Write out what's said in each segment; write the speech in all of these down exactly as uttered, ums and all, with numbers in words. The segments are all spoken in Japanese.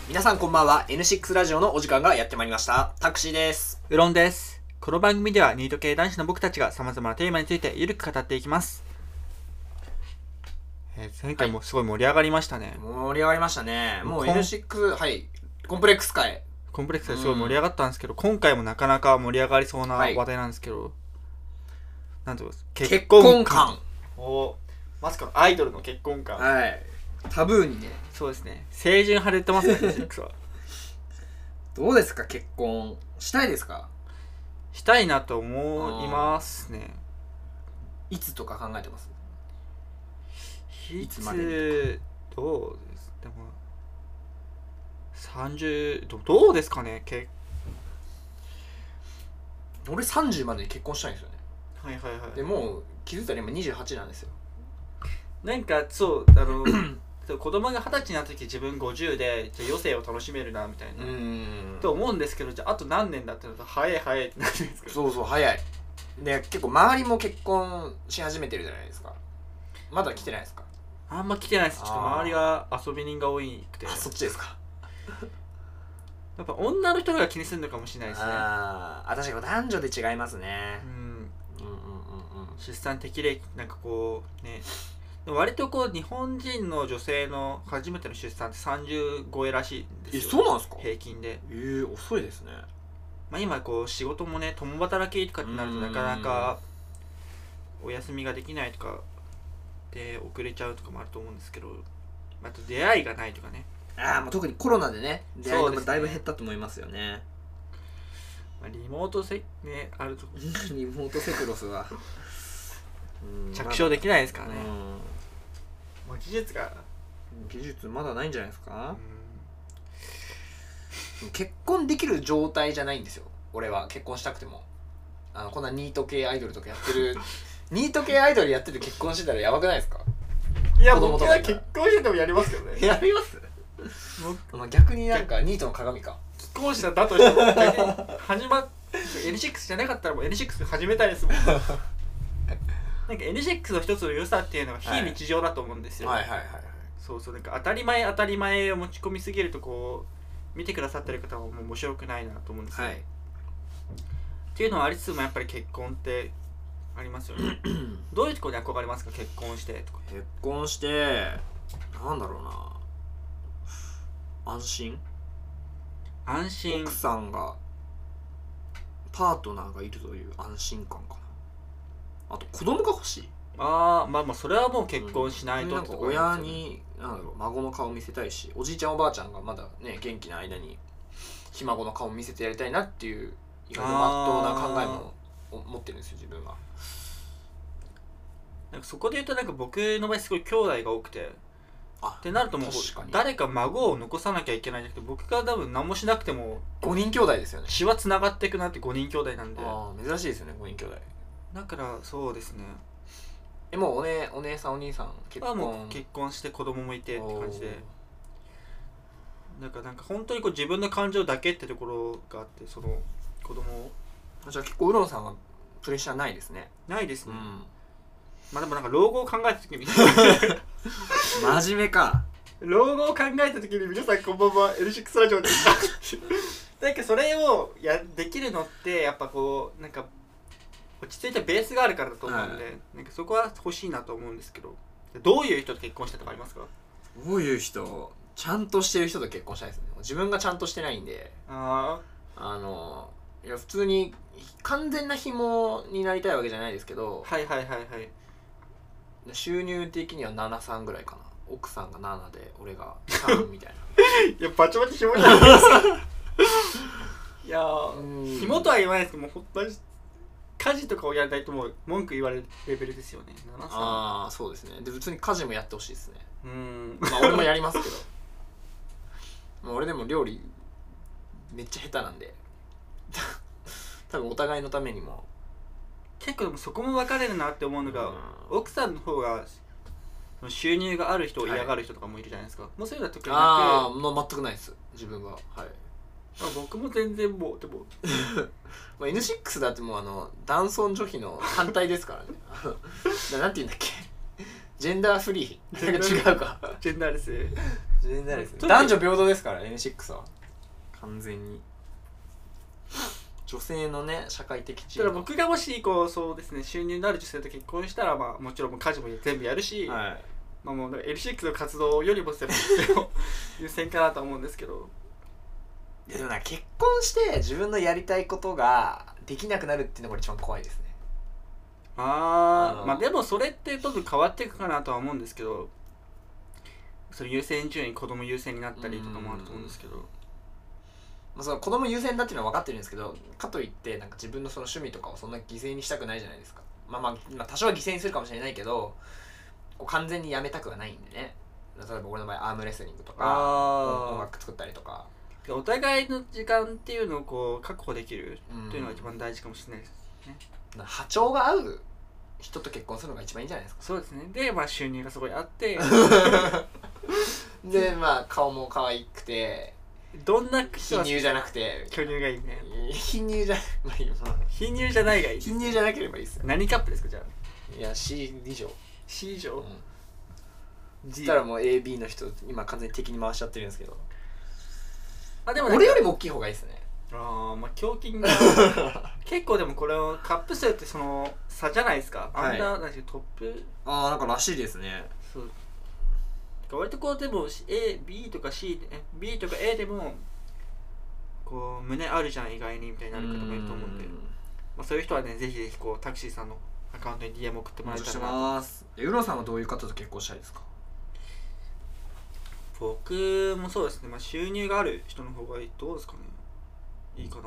皆さんこんばんは。 エヌシックス ラジオのお時間がやってまいりました。タクシーです。 うろんです。この番組ではニート系男子の僕たちが様々なテーマについてゆるく語っていきます。えー、前回もすごい盛り上がりましたね、 はい、盛り上がりましたね。もう エヌシックス、はい、コンプレックス界コンプレックスですごい盛り上がったんですけど、今回もなかなか盛り上がりそうな話題なんですけど、はい、なんていうか結婚観おまさかのアイドルの結婚観、 はい、タブーにね。 そうですね、清純派で言ってますね。エヌシックス はどうですか、結婚したいですか？ したいなと思いますね。 いつとか考えてます？ いつまでどうですでもさんじゅう ど, どうですかね。け俺さんじゅうまでに結婚したいんですよね。 はいはいはい。 でもう気づいたら今にじゅうはちなんですよ。 なんかそうあの子供がはたちになった時自分ごじゅうでじゃあ余生を楽しめるなみたいなうんと思うんですけど、じゃああと何年だってなると早い早いってなるんですけど、 そうそう早い。で結構周りも結婚し始めてるじゃないですか。まだ来てないですか？ あんま来てないです。ちょっと周りが遊び人が多くて。 あ、そっちですか。 やっぱ女の人が気にするのかもしれないですね。 ああ、確かに男女で違いますね。 うん、うんうんうんうん。出産適齢なんかこうね、割とこう日本人の女性の初めての出産ってさんじゅう超えらしいんですよ。 え、そうなんですか？ 平均で。 えー、遅いですね。 まあ今こう仕事もね共働きとかってなるとなかなかお休みができないとかで遅れちゃうとかもあると思うんですけど、あと出会いがないとかね。 ああ、もう特にコロナでね、出会いがだいぶ減ったと思いますよね。 まあ、リモートせねあるとリモートセクロスは着床できないですからね。 うん、 まあ、技術が技術まだないんじゃないですか。うん、結婚できる状態じゃないんですよ。俺は結婚したくてもあのこんなニート系アイドルとかやってるニート系アイドルやってて結婚してたらやばくないですか？ いや僕は結婚しててもやりますけどね。 やります？逆になんかニートの鏡か。 既婚者だとしても逆に始まっ エヌシックス じゃなかったらもう エヌシックス 始めたいですもん。なんか エヌシックス の一つの良さっていうのは非日常だと思うんですよ。 はいはいはいはい。 そうそう、なんか当たり前当たり前を持ち込みすぎるとこう見てくださってる方はもう面白くないなと思うんですよ。はい、っていうのはありつつもやっぱり結婚ってありますよね。どういうところに憧れますか？結婚してとか。 結婚してなんだろうな、安心安心、 奥さんがパートナーがいるという安心感かな。あと子供が欲しい。 ああ、まあまあそれはもう結婚しないと、 うん、なんか親になんだろう、孫の顔見せたいし、おじいちゃんおばあちゃんがまだね元気な間にひ孫の顔見せてやりたいなっていう意外とまっとうな考えも持ってるんですよ自分は。 なんかそこで言うとなんか僕の場合すごい兄弟が多くて、あってなるともう誰か孫を残さなきゃいけないんじゃなくて、僕が多分何もしなくてもごにん兄弟ですよね。 血はつながっていくなって。ごにん兄弟なんで。 ああ、珍しいですよねごにん兄弟。 だからそうですね。 え、もうおねお姉さんお兄さん結婚、 もう結婚して子供もいてって感じで、なんかなんか本当にこう自分の感情だけってところがあって、その子供を。 じゃあ結構うろんさんはプレッシャーないですね。 ないですね。うん、まあでもなんか老後を考えた時に真面目か。 老後を考えた時に皆さんこんばんは エヌシックス ラジオですなんかそれをやできるのってやっぱこうなんか落ち着いたベースがあるからだと思うんで、はい、なんかそこは欲しいなと思うんですけど、どういう人と結婚したとかありますか？ どういう人？ちゃんとしてる人と結婚したいですね。自分がちゃんとしてないんで、ああのいや普通に完全な紐になりたいわけじゃないですけど、 はいはいはいはい。 収入的にはななさんぐらいかな。奥さんがななで俺がさんみたいないやバチバチ紐じゃないですかいやー紐とは言わないですけど、もうほんとに家事とかをやりたいともう文句言われるレベルですよね。ななさん。 ああ、そうですね。で普通に家事もやってほしいですね。 うん、 まあ俺もやりますけどもう俺でも料理めっちゃ下手なんで多分お互いのためにも結構でもそこも分かれるなって思うのが、奥さんの方が収入がある人を嫌がる人とかもいるじゃないですか。はい、もうそういうのは特になく。 ああ、もう全くないです自分は。はい。 まあ、僕も全然もうでもまあ エヌシックス だってもうあの男尊女卑の反対ですからねなんて言うんだっけ、ジェンダーフリーなんか違うかジェンダーレスジ全然ないです。男女平等ですから エヌシックス は完全に女性のね社会的地位。 だから僕がもしこうそうですね収入のある女性と結婚したら、まあもちろんもう家事も全部やるし、はい、まあもう エルシックス の活動よりもそれを優先かなと思うんですけど。 でもな結婚して自分のやりたいことができなくなるっていうのが一番怖いですね。 ああまあでもそれってどんどん変わっていくかなとは思うんですけど、それ優先順位子供優先になったりとかもあると思うんですけど、 まあ、その子供優先だっていうのは分かってるんですけど、かといってなんか自分のその趣味とかをそんな犠牲にしたくないじゃないですか。まあまあ、まあ、多少は犠牲にするかもしれないけどこう完全にやめたくはないんでね。例えば俺の場合アームレスリングとか音楽作ったりとかお互いの時間っていうのをこう確保できるっていうのが一番大事かもしれないですね。 波長が合う人と結婚するのが一番いいんじゃないですか。 そうですね。でまあ収入がすごいあってでまあ顔も可愛くてどんな貧乳じゃなくて巨乳がいいね。 貧乳じゃまあいいよ貧乳じゃないがいい。 貧乳じゃなければいいですよ。 何カップですかじゃあ。いや C 以上 C 以上、うん、 そしたらもう エービー の人今完全に敵に回しちゃってるんですけど、 あでも俺よりも大きい方がいいですね。 ああまあ胸筋が結構でもこれをカップ数ってその差じゃないですか。アンダー、はい、トップああなんからしいですね。そう割とこうでも A、B とか C、B とか A でもこう胸あるじゃん意外にみたいになる方もいると思うんで、まあ、そういう人はねぜひぜひこうタクシーさんのアカウントに ディーエム 送ってもらえたらなと思います。 ウロさんはどういう方と結婚したいですか？ 僕もそうですね、まあ、収入がある人の方がいい。どうですかね、いいかな。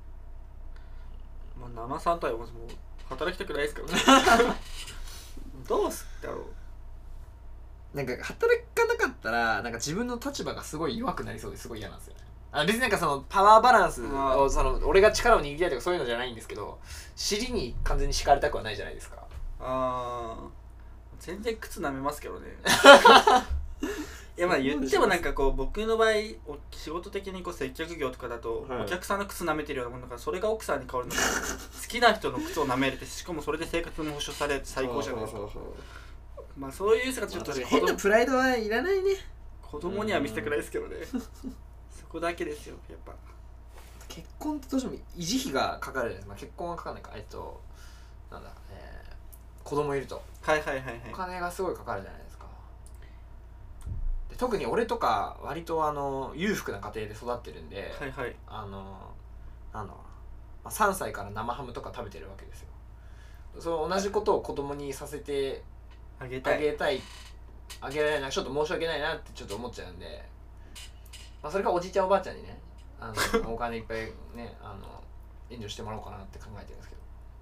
まあななさんとはもう働きたくないですからねどうすっだろう。なんか働かなかったらなんか自分の立場がすごい弱くなりそうですごい嫌なんですよね。あ別になんかそのパワーバランスをその俺が力を握りたいとかそういうのじゃないんですけど、尻に完全に敷かれたくはないじゃないですか。 あー全然靴舐めますけどねいやまあ言ってもなんかこう僕の場合仕事的にこう接客業とかだとお客さんの靴舐めてるようなもんだから、それが奥さんに変わるのが好きな人の靴を舐めれて、しかもそれで生活も保障されて最高じゃないですか。まあそういう姿ちょっと変なプライドはいらないね。 子供には見せたくないですけどねそこだけですよやっぱ。 結婚ってどうしても維持費がかかるじゃないですか。まあ、結婚はかかんないかえっとなんだ、えー、子供いるとはいはいはいはいお金がすごいかかるじゃないですか。で特に俺とか割とあの裕福な家庭で育ってるんで、 はいはい、 あのなんだろうな、まあ、さんさいから生ハムとか食べてるわけですよ。その同じことを子供にさせてあげたいあげたいあげられない、ちょっと申し訳ないなってちょっと思っちゃうんで、まあ、それからおじいちゃんおばあちゃんにねあのお金いっぱいねあの援助してもらおうかなって考えてるんですけど、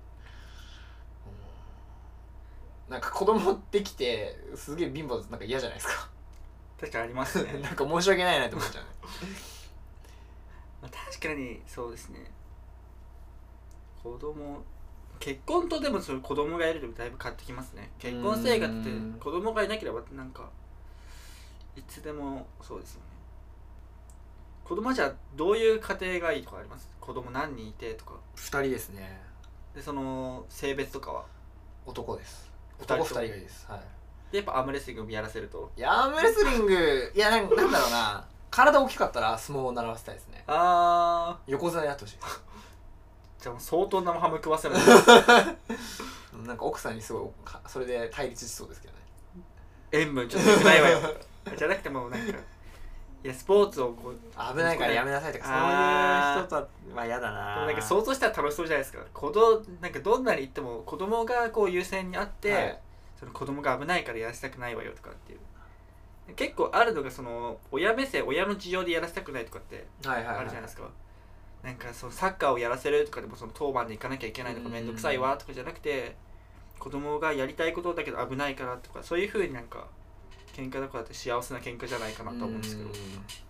うん、なんか子供できてすげえ貧乏だとなんか嫌じゃないですか。 確かにありますねなんか申し訳ないなって思っちゃうねまあ確かにそうですね。子供結婚とでもそういう子供がいるとだいぶ変わってきますね。結婚生活って子供がいなければなんかいつでもそうですよね。子供じゃどういう家庭がいいとかあります？子供何人いてとか。 ふたりですね。 でその性別とかは男です。男ふたりがいいです。はい。 でやっぱアームレスリングやらせると。 いやアームレスリングいやなんなんだろうな体大きかったら相撲を習わせたいですね。 ああ横綱やってほしいじゃあもう相当生ハム食わせるなんか奥さんにすごいそれで対立しそうですけどね。 塩分ちょっと少ないわよじゃなくてもなんかいやスポーツをこう危ないからやめなさいとかそういう人とは嫌だな。 でもなんか想像したら楽しそうじゃないですか。子供なんかどんなに言っても子供がこう優先にあって、はい、その子供が危ないからやらせたくないわよとかっていう結構あるのがその親目線親の事情でやらせたくないとかってあるじゃないですか。なんかそのサッカーをやらせるとかでもその当番で行かなきゃいけないとかめんどくさいわとかじゃなくて子供がやりたいことだけど危ないからとかそういう風になんか喧嘩とかだって幸せな喧嘩じゃないかなと思うんですけど、ま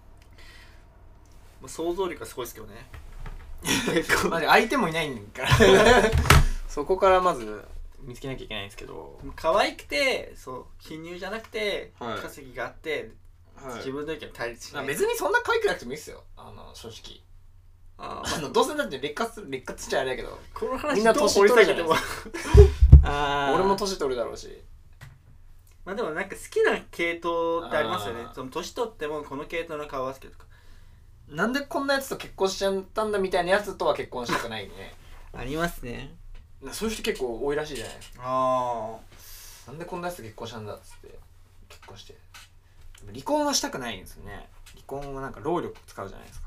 あ、想像力がすごいですけどねまあ相手もいないんだからそこからまず見つけなきゃいけないんですけど、 可愛くてそう貧乳じゃなくて、はい、稼ぎがあって、はい、自分の意見対立しない。 別にそんな可愛くなくてもいいですよあの正直。ああのどうせだって劣化する劣化しちゃあれだけどこの話みんな年取るじゃないですかあ俺も年取るだろうしまあでもなんか好きな系統ってありますよね。その年取ってもこの系統の顔は好きとか、 なんでこんなやつと結婚しちゃったんだみたいなやつとは結婚したくないねありますね。 そういう人結構多いらしいじゃないですか。 ああ、なんでこんなやつと結婚したんだっつって結婚して、離婚はしたくないんですよね。離婚はなんか労力使うじゃないですか。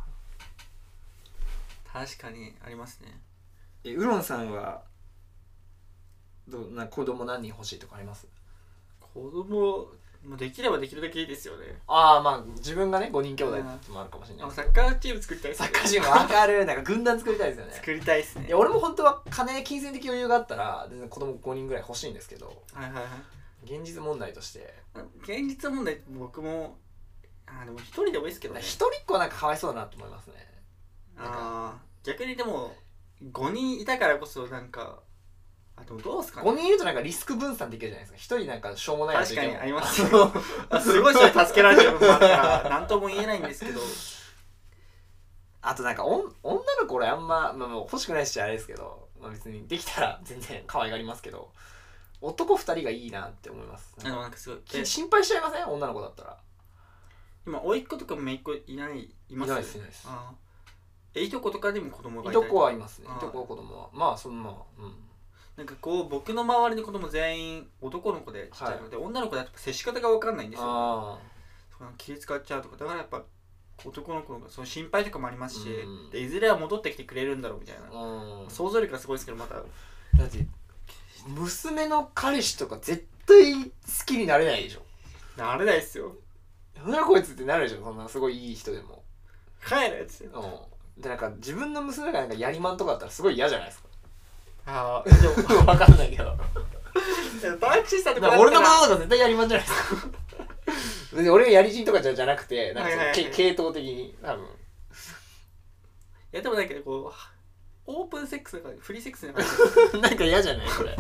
確かにありますね。 え、ウロンさんはどうな、子供何人欲しいとかあります？ 子供もできればできるだけいいですよね。 ああ、まあ自分がねごにん兄弟ってもあるかもしれない。 サッカーチーム作りたいです、 ね、サッカーチーム分かる。なんか軍団作りたいですよね。 作りたいですね。 いや俺も本当は金金銭的余裕があったら全然子供ごにんぐらい欲しいんですけど、 はいはいはい、 現実問題として現実問題僕もあでも一人でもいいですけどね。 一人っ子はなんかかわいそうだなと思いますね。 ああ逆にでもごにんいたからこそなんか、あでもどうすかね。 ごにんいるとなんかリスク分散できるじゃないですか。ひとりなんかしょうもないやついても確かにありますよすごいそれ助けられてる部分もあるから何とも言えないんですけどあとなんかおん女の子俺あんま、まあ、もう欲しくないしあれですけど、まあ、別にできたら全然可愛がりますけど、男ふたりがいいなって思います。 なんかなんかすごい心配しちゃいません？女の子だったら。 今甥っ子とか姪っ子いないいます？ いないですいないです。 あえいとことかでも子供がいたりいとこはいますね。 いとこの子供はまあそんな、うん、 なんかこう僕の周りの子供全員男の子でちっちゃいので、はい、女の子だと接し方が分かんないんですよ、ね、あ気使っちゃうとかだからやっぱ男の子のその心配とかもありますし、うん、でいずれは戻ってきてくれるんだろうみたいな、うん、想像力がすごいですけどまただって娘の彼氏とか絶対好きになれないでしょ。 なれないっすよ。 なんだこいつってなるでしょ。そんなすごいいい人でも帰るやつよ。 うんでなんか自分の娘がなんかやりまんとかだったらすごい嫌じゃないですか。 ああでも分かんないけどバンクシーさんとか俺のママとか絶対やりまんじゃないですか別に俺がやりちんとかじゃなくてなんかその、はいはいはい、系統的に多分いやでもなんかこうオープンセックスとかフリーセックスななんか嫌じゃないこれ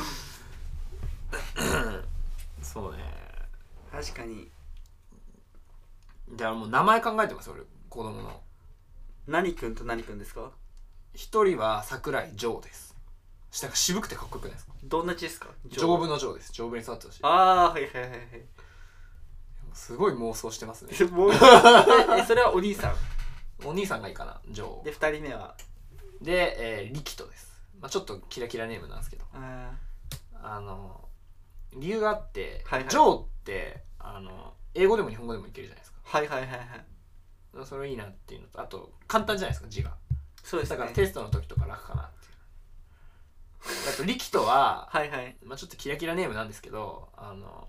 そうね確かに。 じゃあもう名前考えてます俺子供の。 何君と何君ですか？ 一人は桜井ジョーです。下が渋くてかっこよくないですか？ どんな字ですか？ 丈夫のジョーです。丈夫に育ってほしい。 ああはいはいはいはい。 すごい妄想してますねもうそれはお兄さんお兄さんがいいかな。ジョーでふたりめはで、えー、リキトです。まあ、ちょっとキラキラネームなんですけどああの理由があって、はいはい、ジョーってあの英語でも日本語でもいけるじゃないですか。 はいはいはいはい。 それいいなっていうのとあと簡単じゃないですか字が。 そうですね。 だからテストの時とか楽かなっていうあとリキトははいはい、 まあ、ちょっとキラキラネームなんですけどあの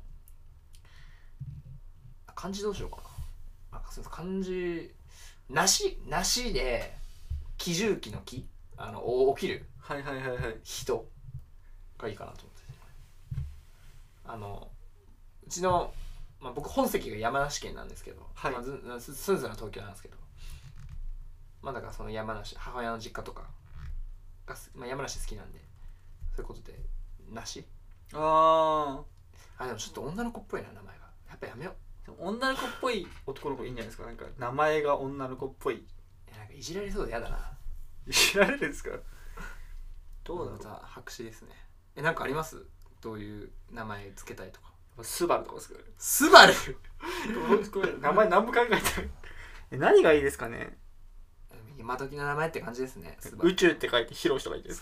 漢字どうしようかな。あ漢字梨梨で喜重機の木あの起きるはいはいはいはい人がいいかなと思ってあのうちのまあ、僕本籍が山梨県なんですけど、はいまあ、ず住んでたのは東京なんですけどまあだからその山梨母親の実家とかが、まあ、山梨好きなんでそういうことで梨ああでもちょっと女の子っぽいな名前がやっぱやめよう。女の子っぽい男の子いいんじゃないですか。なんか名前が女の子っぽい。 なんかいじられそうでやだな。 いじられるんですか？ どうだろう。また白紙ですね。えなんかあります？どういう名前つけたいとか。 スバルとかですか？ スバル名前何も考えてない何がいいですかね。 今時の名前って感じですね。 スバル宇宙って書いてヒロシとか言ってる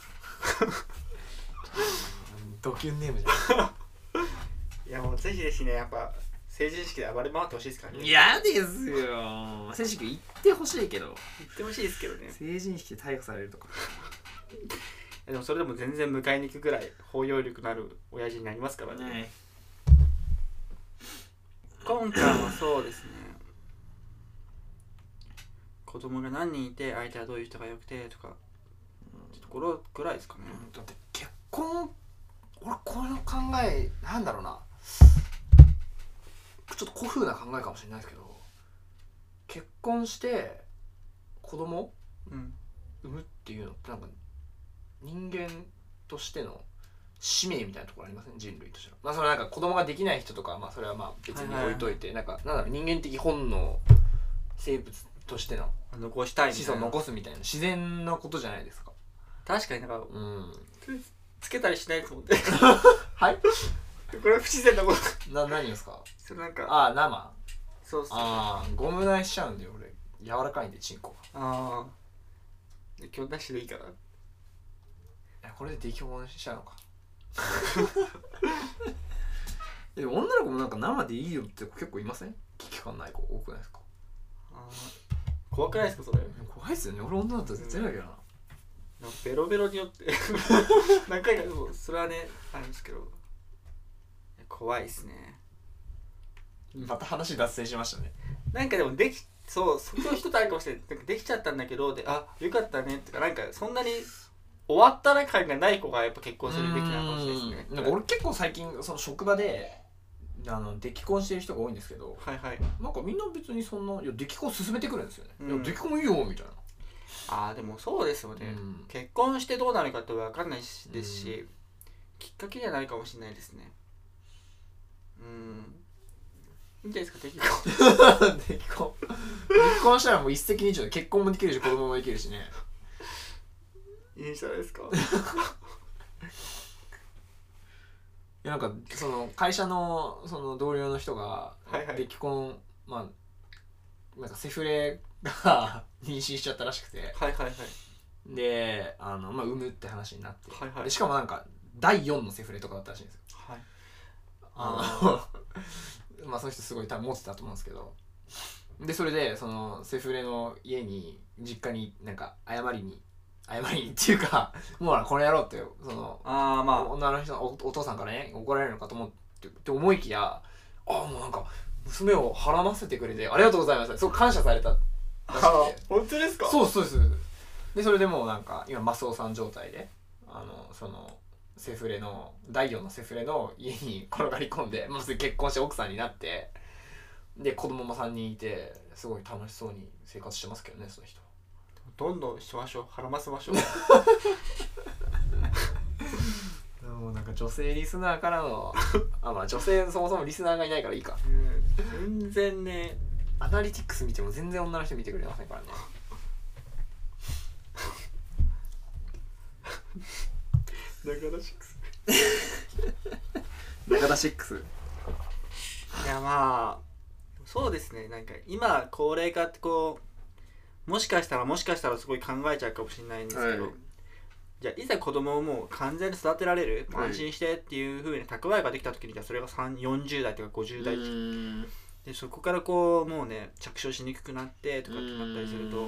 ドキュンネームじゃんいやもうぜひぜひねやっぱ成人式で暴れ回ってほしいですからね。 嫌ですよ。成人式行ってほしいけど行ってほしいですけどね。 成人式で逮捕されるとかでもそれでも全然迎えに行くぐらい包容力のある親父になりますからね、ね今回はそうですね子供が何人いて相手はどういう人が良くてとかちょっとこれぐらいですかね、 うん、だって結婚俺この考えなんだろうなちょっと古風な考えかもしれないですけど結婚して子供、うん、産むっていうのってなんか人間としての使命みたいなところありません？人類としての。まあそれなんか子供ができない人とかまあそれはまあ別に置いといて、はいはいはい、なんかなんだろう人間的本能生物としての残したい子孫残すみたいな自然のことじゃないですか。 確かになんか、 うん、 つけたりしないですもんねはいこれ不自然なことな何ですか？ それなんかああ生。 そうそう。 ああゴム内しちゃうんで俺柔らかいんでチンコが。ああ。今日なしでいいかな。 これで出来物しちゃうのか。でも女の子もなんか生でいいよって結構いません？危機感ない子多くないですか？ あ怖くないですかそれ？ 怖いですよね。俺女だったら絶対ないけどな。 なんかベロベロによって何回かそれはねあるんですけど怖いですね。 また話脱線しましたね。 なんかでもできそうそういう人とあるかもしれない。なんかできちゃったんだけどであよかったねとかなんかそんなに終わったら感がない子がやっぱ結婚するべきなのかもしれないですね。 なんか俺結構最近その職場であの出来婚してる人が多いんですけど、 はいはい。 なんかみんな別にそんないや出来婚進めてくるんですよね。 うん、 いや出来婚いいよみたいな。 ああでもそうですよね、 うん、 結婚してどうなるかって分かんないですし、うん、きっかけにはなるかもしれないですね。うんいいんじゃないですか出来婚。 出来婚結婚したらもう一石二鳥で結婚もできるし子供もできるしね。 いいじゃないですか。 いやなんかその会社のその同僚の人が出来婚、 はいはい、 まあなんかセフレが妊娠しちゃったらしくて、 はいはいはい、 であの、まあ、産むって話になって、 はいはい、 でしかもなんかだいよんのセフレとかだったらしいんですよ。 はい、 あのまあその人すごい多分持ってたと思うんですけど、でそれでそのセフレの家に実家になんか謝りに謝りにっていうかもうほらこれやろうってそのあ、まあ、 女の人の お, お父さんからね怒られるのかと思ってって思いきや、あもうなんか娘をはらませてくれてありがとうございますすごく感謝されたらしくて。 本当ですか？ そうそうです。でそれでもうなんか今マスオさん状態であのそのセフレのだいよんのセフレの家に転がり込んで、まあ、結婚して奥さんになってで子供もさんにんいてすごい楽しそうに生活してますけどねその人。 どんどんしましょう、はらませましょう。 もうなんか女性リスナーからのあまあ女性そもそもリスナーがいないからいいか。 うん、全然ねアナリティクス見ても全然女の人見てくれませんからね。 中田シックス中田シックスいやまあそうですね。なんか今高齢化ってこうもしかしたらもしかしたらすごい考えちゃうかもしれないんですけど、はい、じゃあいざ子供をもう完全に育てられる、はい、安心してっていう風に蓄えができた時にじゃあそれがよんじゅう代とかごじゅう代でそこからこうもうね着床しにくくなってとかってなったりすると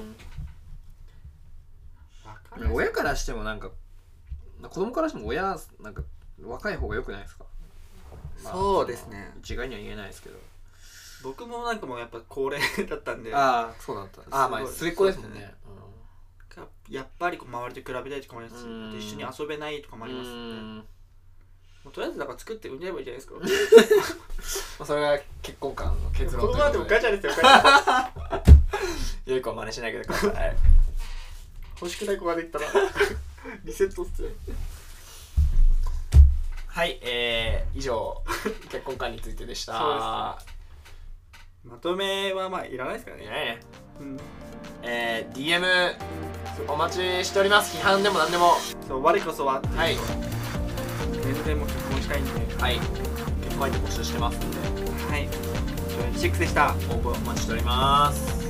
親からしてもなんか子供からしても親なんか若い方が良くないですか？ まあ、そうですね。 一概には言えないですけど僕もなんかもうやっぱ高齢だったんでああそうだったああまあ末っ子ですもんね、 うん、やっぱりこう周りと比べたりとかもありますし一緒に遊べないとかもありますのでもうとりあえずだから作って産んじゃえばいいじゃないですか。 それが結婚観の結論ということで言葉でもガチャですよ良い子は真似しないでください。 欲しくない子ができたらリセットっすよ。 はい、えー、以上結婚観についてでした。 そうです。まとめはまあいらないですからね。 いらないね。 うん、 えー、ディーエム お待ちしております。批判でも何でも。 そう、我こそは。 はい。 全然もう結婚したいんで。 はい。結婚相手募集してますんで。 はい。シックスでした。 応募お待ちしております。